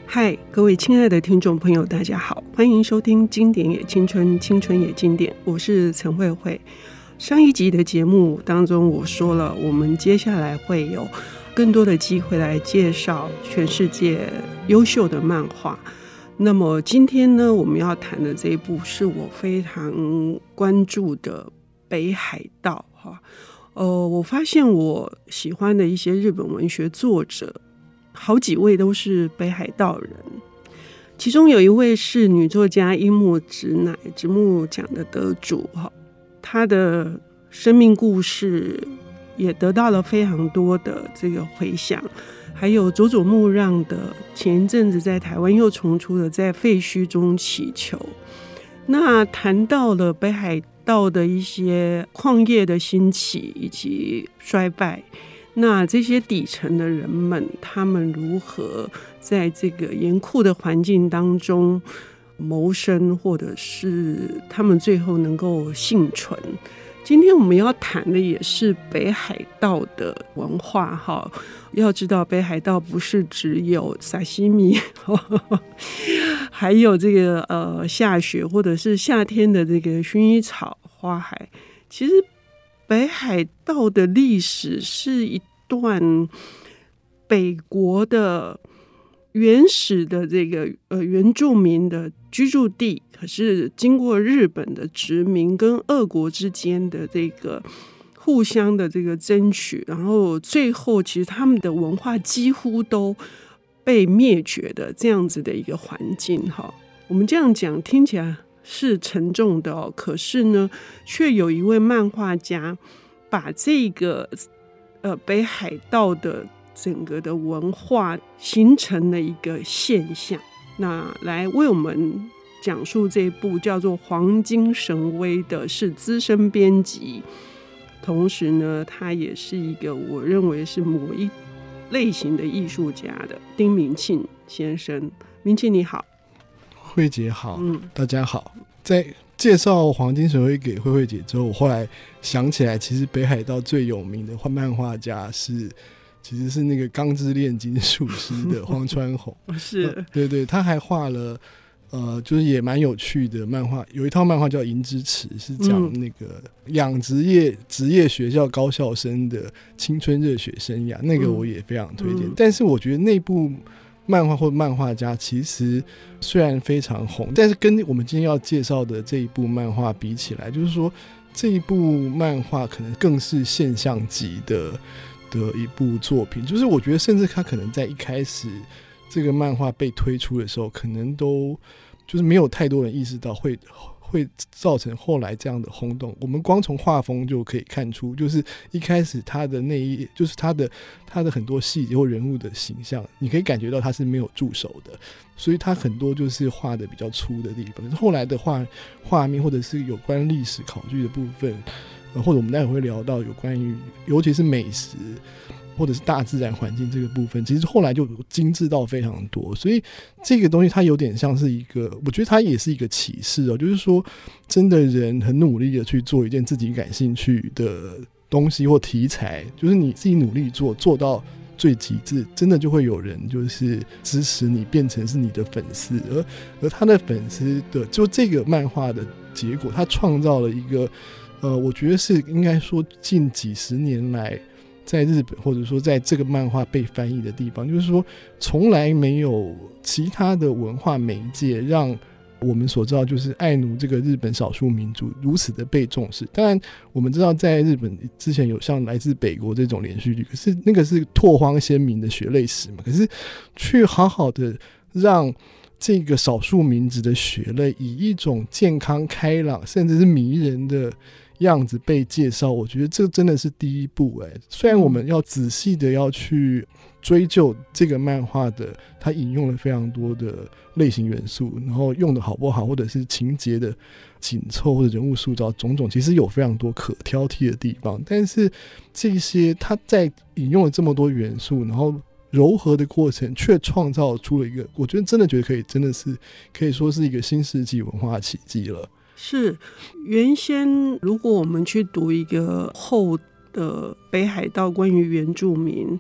嗨，各位亲爱的听众朋友，大家好，欢迎收听经典也青春，青春也经典，我是陈慧慧。上一集的节目当中，我说了，我们接下来会有更多的机会来介绍全世界优秀的漫画。那么今天呢，我们要谈的这一部是我非常关注的北海道。我发现我喜欢的一些日本文学作者，好几位都是北海道人，其中有一位是女作家樱木直乃直木奖的得主，她的生命故事也得到了非常多的这个回响。还有佐佐木让的前一阵子在台湾又重出的在废墟中祈求。那谈到了北海道的一些矿业的兴起以及衰败，那这些底层的人们，他们如何在这个严酷的环境当中谋生，或者是他们最后能够幸存。今天我们要谈的也是北海道的文化。要知道北海道不是只有沙西米还有这个下雪或者是夏天的这个薰衣草花海。其实北海道的历史是一段北国的原始的这个原住民的居住地，可是经过日本的殖民跟俄国之间的这个互相的这个争取，然后最后其实他们的文化几乎都被灭绝的这样子的一个环境。我们这样讲听起来是沉重的，可是呢却有一位漫画家把这个北海道的整个的文化形成了一个现象，那来为我们讲述这部叫做《黄金神威》的是资深编辑，同时呢他也是一个我认为是某一类型的艺术家的丁明庆先生。明庆你好。 慧姐好。大家好。在介绍黄金神威给慧慧姐之后，我后来想起来，其实北海道最有名的漫画家其实是那个《钢之炼金术师》的荒川弘是对对，他还画了就是也蛮有趣的漫画，有一套漫画叫《银之匙》，是讲那个养职业学校高校生的青春热血生涯，那个我也非常推荐。但是我觉得那部漫画或漫画家其实虽然非常红，但是跟我们今天要介绍的这一部漫画比起来，就是说这一部漫画可能更是现象级的一部作品。就是我觉得甚至他可能在一开始这个漫画被推出的时候，可能都就是没有太多人意识到会造成后来这样的轰动。我们光从画风就可以看出，就是一开始他的那一页，就是他的很多细节或人物的形象，你可以感觉到他是没有助手的，所以他很多就是画的比较粗的地方。后来的画面或者是有关历史考据的部分，或者我们待会会聊到有关于尤其是美食或者是大自然环境这个部分，其实后来就精致到非常多。所以这个东西它有点像是一个，我觉得它也是一个启示就是说真的人很努力的去做一件自己感兴趣的东西或题材，就是你自己努力做到最极致，真的就会有人就是支持你，变成是你的粉丝。而他的粉丝的就这个漫画的结果，他创造了一个我觉得是应该说近几十年来在日本或者说在这个漫画被翻译的地方，就是说从来没有其他的文化媒介让我们所知道就是爱奴这个日本少数民族如此的被重视。当然我们知道在日本之前有像来自北国这种连续剧，可是那个是拓荒先民的血泪史嘛，可是去好好的让这个少数民族的血泪以一种健康开朗甚至是迷人的样子被介绍，我觉得这真的是第一步。虽然我们要仔细的要去追究这个漫画的它引用了非常多的类型元素，然后用的好不好或者是情节的紧凑或者人物塑造种种，其实有非常多可挑剔的地方，但是这些它在引用了这么多元素然后柔和的过程，却创造出了一个我觉得可以真的是可以说是一个新世纪文化奇迹了。 是，原先如果我们去读一个后的北海道关于原住民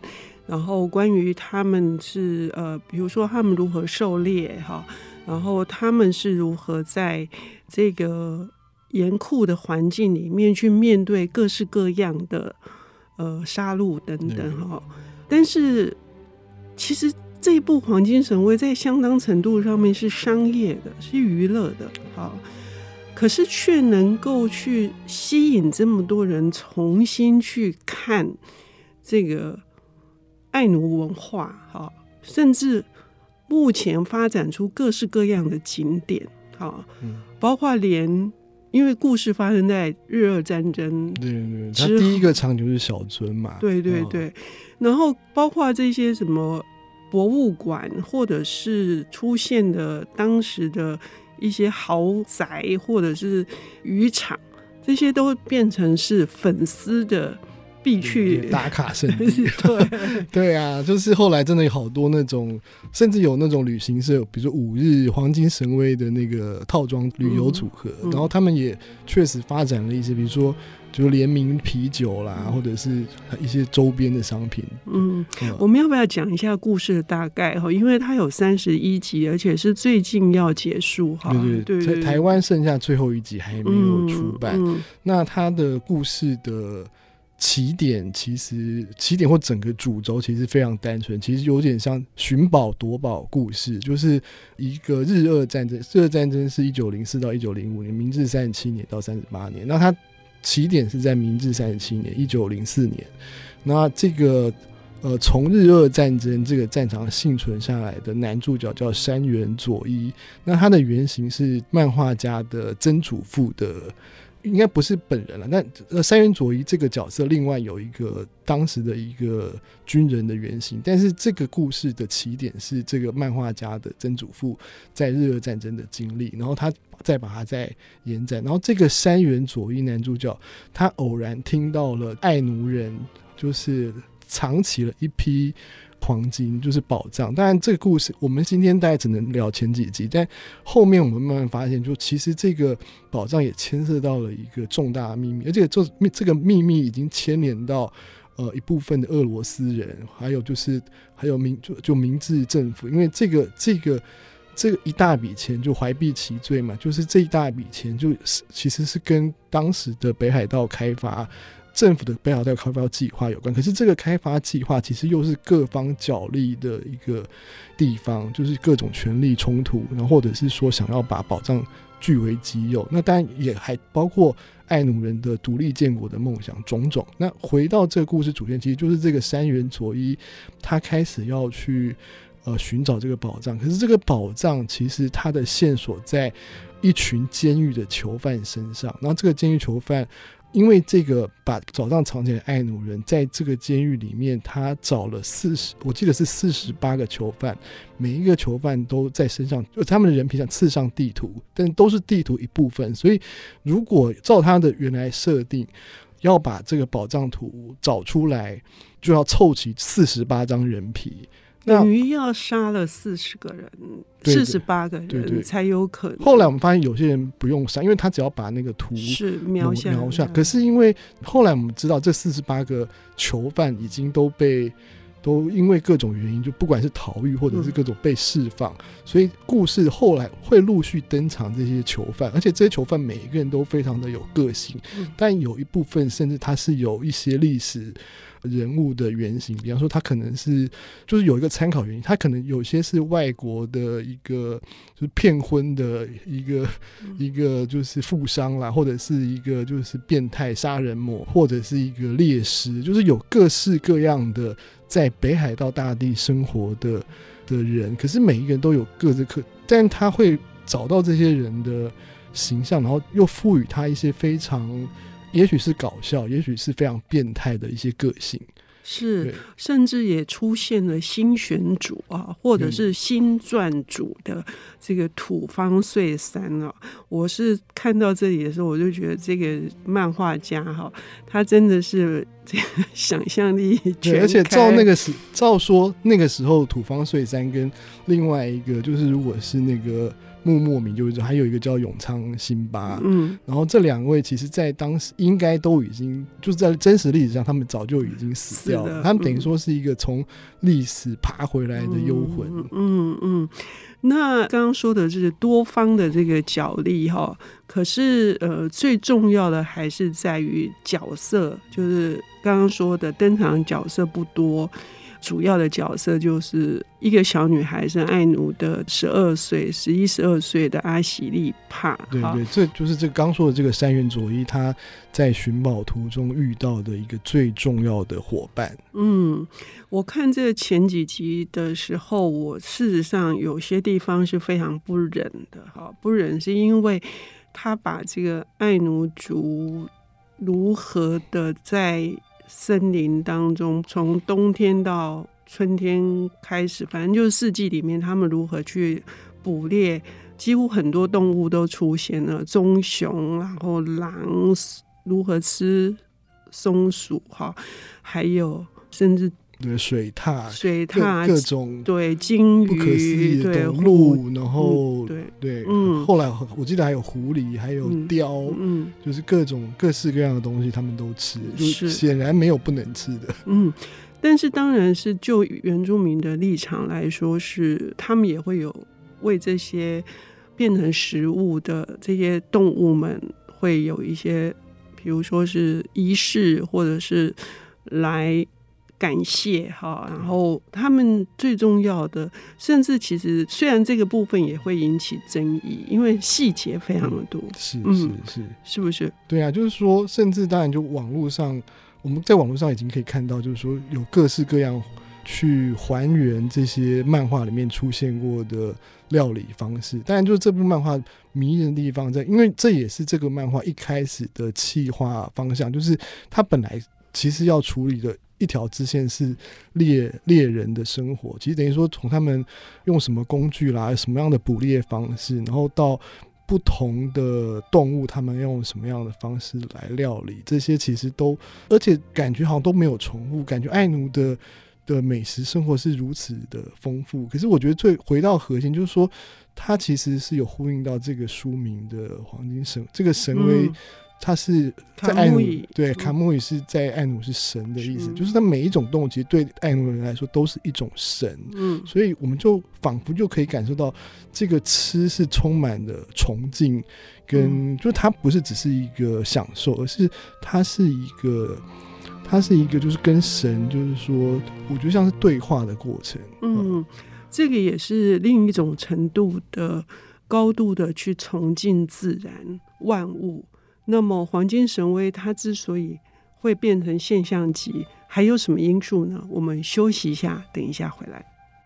然后关于他们是比如说他们如何狩猎哈，然后他们是如何在这个严酷的环境里面去面对各式各样的杀戮等等哈。但是其实这一部《黄金神威》在相当程度上面是商业的，是娱乐的，好，可是却能够去吸引这么多人重新去看这个爱奴文化，好，甚至目前发展出各式各样的景点，好，包括连。因为故事发生在日俄战争， 对对，他第一个场就是小樽嘛， 对对对，然后包括这些什么博物馆，或者是出现的当时的一些豪宅，或者是渔场，这些都变成是粉丝的必去打卡圣地。 对对啊，就是后来真的有好多那种，甚至有那种旅行社，比如说5日黄金神威的那个套装旅游组合，然后他们也确实发展了一些，比如说就是联名啤酒啦，或者是一些周边的商品。 我们要不要讲一下故事的大概？因为它有31集，而且是最近要结束哈。 对，在台湾剩下最后一集还没有出版。那它的故事的起点或整个主轴其实非常单纯，其实有点像寻宝夺宝故事，就是一个日俄战争。日俄战争是1904到1905年，明治37年到38年。那它起点是在明治37年，1904年。那这个从日俄战争这个战场幸存下来的男主角叫山原佐一，那他的原型是漫画家的曾祖父的。应该不是本人了，但山原佐一这个角色另外有一个当时的一个军人的原型，但是这个故事的起点是这个漫画家的曾祖父在日俄战争的经历，然后他再把它再延展，然后这个山原佐一男主角他偶然听到了爱奴人就是藏起了一批黄金，就是宝藏。当然这个故事我们今天大概只能聊前几集，但后面我们慢慢发现，就其实这个宝藏也牵涉到了一个重大的秘密，而且这个秘密已经牵连到一部分的俄罗斯人，还有明治政府，因为这个一大笔钱就怀璧其罪嘛，就是这一大笔钱其实是跟当时的北海道开发政府的北海道开发计划有关，可是这个开发计划其实又是各方角力的一个地方，就是各种权力冲突，然后或者是说想要把宝藏据为己有，那当然也还包括爱奴人的独立建国的梦想种种。那回到这个故事主线，其实就是这个山原佐一他开始要去寻找这个宝藏，可是这个宝藏其实它的线索在一群监狱的囚犯身上，然后这个监狱囚犯因为这个把宝藏藏起来的爱奴人在这个监狱里面，他找了我记得是48个囚犯，每一个囚犯都在身上，就他们的人皮上刺上地图，但都是地图一部分，所以如果照他的原来设定，要把这个宝藏图找出来，就要凑齐48张人皮。 等于要杀了40个人，48个人才有可能。 后来我们发现有些人不用杀，因为他只要把那个图是描下。 可是因为后来我们知道，这48个囚犯已经都因为各种原因，就不管是逃狱或者是各种被释放，所以故事后来会陆续登场这些囚犯，而且这些囚犯每一个人都非常的有个性，但有一部分甚至他是有一些历史人物的原型，比方说他可能是就是有一个参考原因，他可能有些是外国的一个就是骗婚的一个就是富商啦，或者是一个就是变态杀人魔，或者是一个猎师，就是有各式各样的在北海道大地生活的人，可是每一个人都有各自但他会找到这些人的形象，然后又赋予他一些非常也许是搞笑，也许是非常变态的一些个性， 是甚至也出现了新选组啊，或者是新撰组的这个土方岁三啊。我是看到这里的时候，我就觉得这个漫画家哈，他真的是这个想象力全开， 而且照说那个时候土方岁三跟另外一个就是如果是那个木莫名就是还有一个叫永昌辛巴，然后这2位其实在当时应该都已经就是在真实历史上他们早就已经死掉了，他们等于说是一个从历史爬回来的幽魂。 那刚刚说的是多方的这个角力哈，可是最重要的还是在于角色，就是刚刚说的登场角色不多，主要的角色就是一个小女孩是爱奴的11岁、12岁的阿喜利帕。 对对，这就是这刚说的这个山原佐一他在寻宝途中遇到的一个最重要的伙伴。 我看这前几集的时候，我事实上有些地方是非常不忍的。不忍是因为他把这个爱奴族如何的在森林当中，从冬天到春天开始，反正就是四季里面他们如何去捕猎，几乎很多动物都出现了，棕熊，然后狼如何吃松鼠，还有甚至水獭各种对鲸鱼不可思议的动物，然后对后来我记得还有狐狸，还有雕，就是各式各样的东西他们都吃，就显然没有不能吃的。 但是当然是就原住民的立场来说，是他们也会有为这些变成食物的这些动物们会有一些比如说是仪式，或者是来感谢哈，然后他们最重要的，甚至其实虽然这个部分也会引起争议，因为细节非常的多。 是不是？ 对啊，就是说，甚至当然就网络上，我们在网络上已经可以看到，就是说有各式各样去还原这些漫画里面出现过的料理方式。当然，就是这部漫画迷人的地方在，因为这也是这个漫画一开始的企划方向，就是它本来其实要处理的一条支线是猎人的生活，其实等于说从他们用什么工具啦，什么样的捕猎方式，然后到不同的动物他们用什么样的方式来料理，这些其实都，而且感觉好像都没有重复，感觉爱奴的美食生活是如此的丰富。可是我觉得回到核心，就是说它其实是有呼应到这个书名的黄金神，这个神为它是在爱奴，对，卡木伊是在爱奴是神的意思，就是它每一种动物其实对爱奴人来说都是一种神，所以我们就仿佛就可以感受到这个吃是充满了崇敬跟，就是它不是只是一个享受，而是它是一个就是跟神，就是说我觉得像是对话的过程。 这个也是另一种程度的高度的去崇敬自然万物。那么黄金神威它之所以会变成现象级，还有什么因素呢？我们休息一下，等一下回来。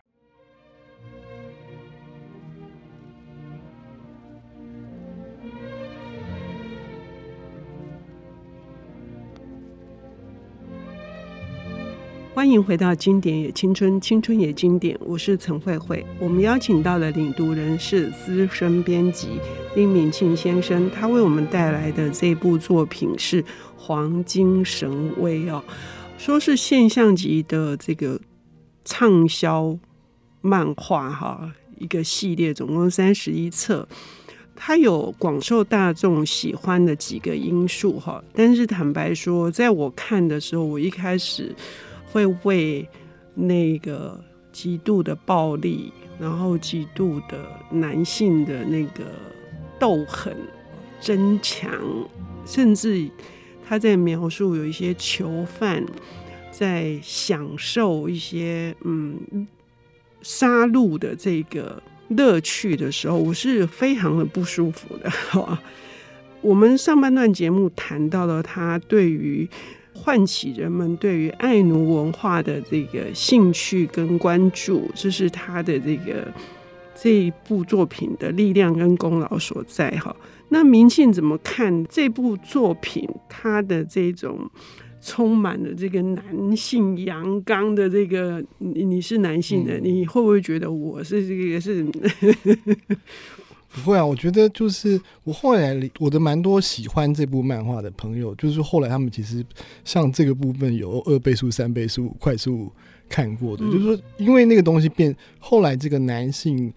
欢迎回到经典也青春，青春也经典，我是陈慧慧。我们邀请到的领读人是资深编辑丁敏庆先生，他为我们带来的这部作品是《黄金神威》说是现象级的这个畅销漫画一个系列，总共31册。它有广受大众喜欢的几个因素但是坦白说，在我看的时候，我一开始会为那个极度的暴力，然后极度的男性的那个斗狠争强，甚至他在描述有一些囚犯在享受一些杀戮的这个乐趣的时候，我是非常的不舒服的我们上半段节目谈到了他对于唤起人们对于爱奴文化的这个兴趣跟关注，这是他的这一部作品的力量跟功劳所在那明庆怎么看这部作品，他的这种充满了这个男性阳刚的这个，你是男性的，你会不会觉得我是这个是不会啊，我觉得就是我后来我的蛮多喜欢这部漫画的朋友，就是后来他们其实像这个部分有2倍速、3倍速快速看过的，就是说因为那个东西后来这个男性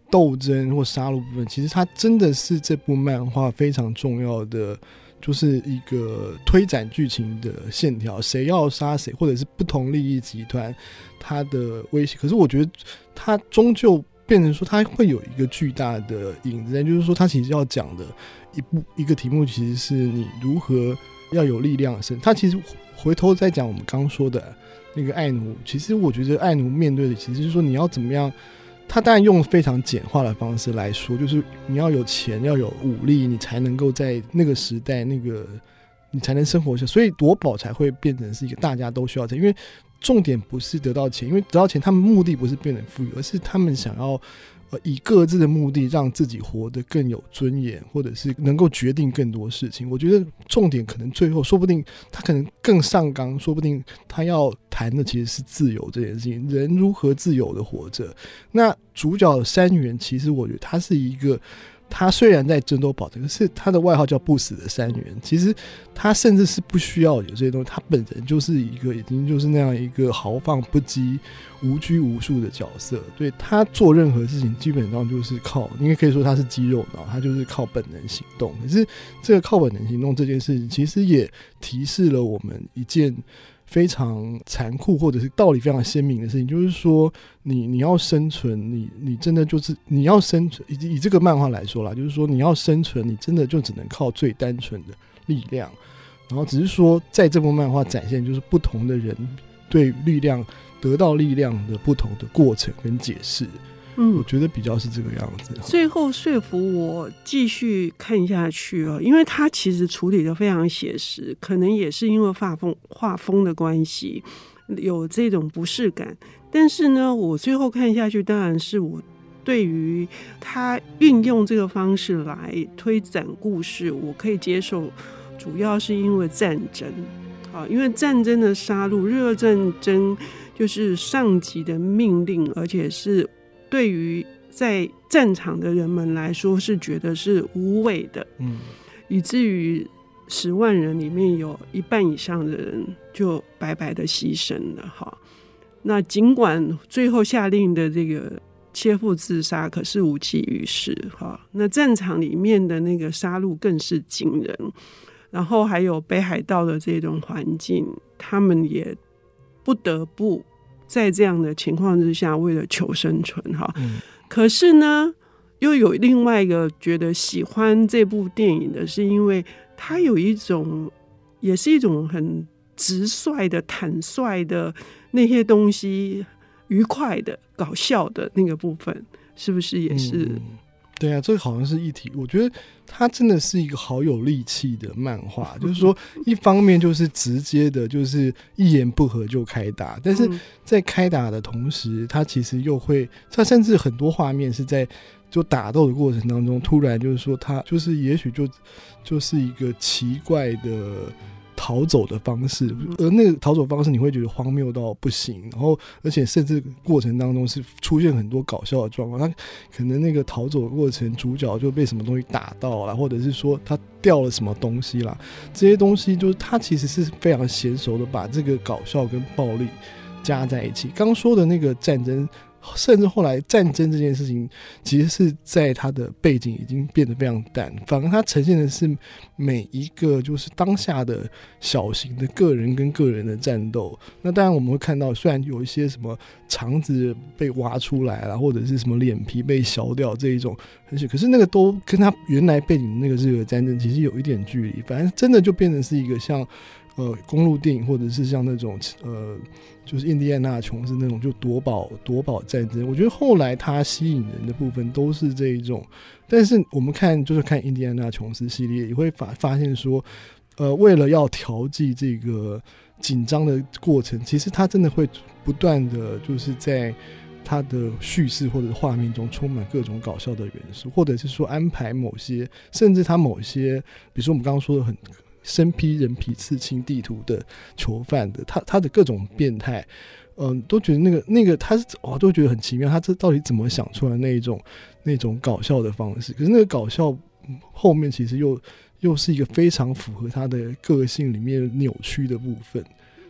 斗争或杀戮部分，其实它真的是这部漫画非常重要的，就是一个推展剧情的线条，谁要杀谁，或者是不同利益集团它的威胁。可是我觉得它终究变成说它会有一个巨大的影子，就是说它其实要讲的一个题目其实是你如何要有力量的它其实回头再讲我们刚说的那个爱奴，其实我觉得爱奴面对的其实是说你要怎么样，他当然用非常简化的方式来说，就是你要有钱要有武力，你才能够在那个时代你才能生活下，所以夺宝才会变成是一个大家都需要钱，因为重点不是得到钱，因为得到钱他们目的不是变得富裕，而是他们想要以各自的目的让自己活得更有尊严，或者是能够决定更多事情。我觉得重点可能最后说不定他可能更上纲，说不定他要谈的其实是自由这件事情，人如何自由的活着。那主角山原其实我觉得他是一个，他虽然在争夺宝藏，可是他的外号叫不死的山原，其实他甚至是不需要有这些东西，他本人就是一个已经就是那样一个豪放不羁无拘无束的角色。对，他做任何事情基本上就是靠，应该可以说他是肌肉脑，他就是靠本能行动。可是这个靠本能行动这件事情其实也提示了我们一件非常残酷或者是道理非常鲜明的事情，就是说你要生存，你真的就是你要生存，以这个漫画来说啦，就是说你要生存，你真的就只能靠最单纯的力量。然后只是说在这部漫画展现就是不同的人对力量得到力量的不同的过程跟解释。我觉得比较是这个样子。 最后说服我继续看下去因为他其实处理的非常写实，可能也是因为画风的关系有这种不适感。但是呢，我最后看下去，当然是我对于他运用这个方式来推展故事我可以接受，主要是因为战争因为战争的杀戮，热战争就是上级的命令，而且是对于在战场的人们来说是觉得是无谓的，以至于10万人里面有1半以上的人就白白的牺牲了那尽管最后下令的这个切腹自杀，可是无济于事那战场里面的那个杀戮更是惊人。然后还有北海道的这种环境，他们也不得不在这样的情况之下为了求生存可是呢又有另外一个觉得喜欢这部电影的是因为它有一种也是一种很直率的坦率的那些东西，愉快的搞笑的那个部分是不是也是对啊，这个好像是一体。我觉得它真的是一个好有力气的漫画，就是说一方面就是直接的就是一言不合就开打，但是在开打的同时它其实又会，它甚至很多画面是在就打斗的过程当中突然就是说它就是也许就是一个奇怪的逃走的方式，而那个逃走方式你会觉得荒谬到不行，然后而且甚至过程当中是出现很多搞笑的状况，他可能那个逃走的过程主角就被什么东西打到啦，或者是说他掉了什么东西啦，这些东西就是他其实是非常娴熟的把这个搞笑跟暴力加在一起。刚说的那个战争，甚至后来战争这件事情其实是在它的背景已经变得非常淡，反而它呈现的是每一个就是当下的小型的个人跟个人的战斗。那当然我们会看到虽然有一些什么肠子被挖出来啦，或者是什么脸皮被削掉这一种，可是那个都跟它原来背景的那个日俄战争其实有一点距离，反正真的就变成是一个像公路电影，或者是像那种就是印第安纳琼斯那种就夺宝战争。我觉得后来它吸引人的部分都是这一种，但是我们看印第安纳琼斯系列也会发现说为了要调剂这个紧张的过程，其实它真的会不断的就是在它的叙事或者画面中充满各种搞笑的元素，或者是说安排某些甚至它某些比如说我们刚刚说的很身披人皮刺青地图的囚犯的他的各种变态都觉得那个他都觉得很奇妙，他这到底怎么想出来那种搞笑的方式。可是那个搞笑后面其实又是一个非常符合他的个性里面扭曲的部分。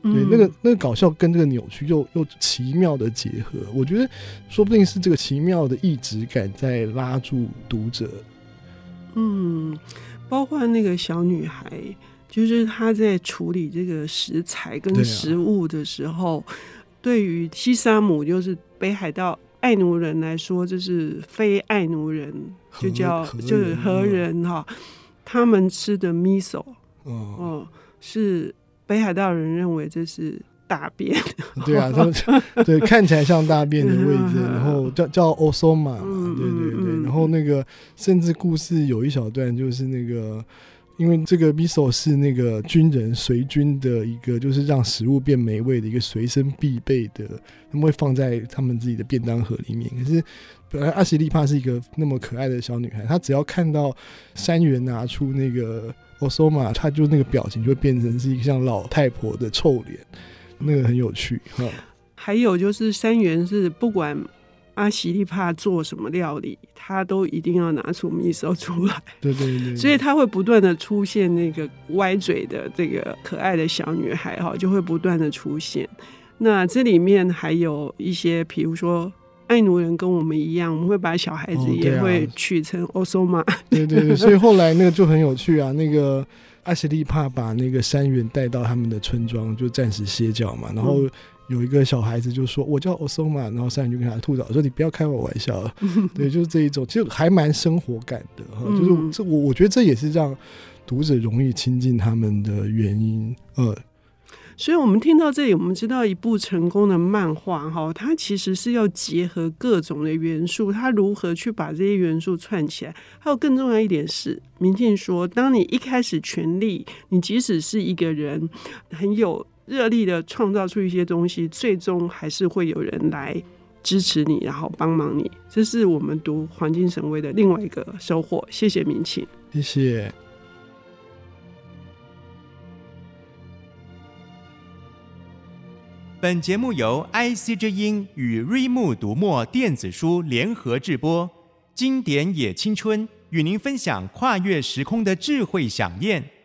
对，那个搞笑跟这个扭曲又奇妙的结合，我觉得说不定是这个奇妙的异质感在拉住读者。 包括那个小女孩，就是她在处理这个食材跟食物的时候，对于西沙姆就是北海道爱奴人来说，这是非爱奴人，就是和人哈，他们吃的 miso，是北海道人认为这是大便。 对啊，对，看起来像大便的位置，然后叫 osoma 嘛，对，然后那个甚至故事有一小段就是那个。因为这个 miso 是那个军人随军的一个，就是让食物变美味的一个随身必备的，他们会放在他们自己的便当盒里面。可是本来阿西利帕是一个那么可爱的小女孩，她只要看到山原拿出那个 osoma， 她就那个表情就会变成是一个像老太婆的臭脸，那个很有趣。 还有就是山原是不管阿西利帕做什么料理，他都一定要拿出miso出来。 对， 所以他会不断的出现那个歪嘴的这个可爱的小女孩就会不断的出现。那这里面还有一些比如说爱奴人跟我们一样，我们会把小孩子也会取成 osoma。 对，所以后来那个就很有趣啊，那个阿西利帕把那个山原带到他们的村庄，就暂时歇脚嘛，然后有一个小孩子就说我叫 osoma， 然后山原就跟他吐槽说你不要开我玩笑了。对，就是这一种其实还蛮生活感的，就是我觉得这也是让读者容易亲近他们的原因。 所以我们听到这里，我们知道一部成功的漫画它其实是要结合各种的元素，它如何去把这些元素串起来。还有更重要一点是，明庆说当你一开始全力，你即使是一个人很有热力的创造出一些东西，最终还是会有人来支持你，然后帮忙你。这是我们读黄金神威的另外一个收获。谢谢明庆。 谢谢。 本节目由 IC 之音与瑞木读墨电子书联合制播，经典也青春与您分享跨越时空的智慧饗宴。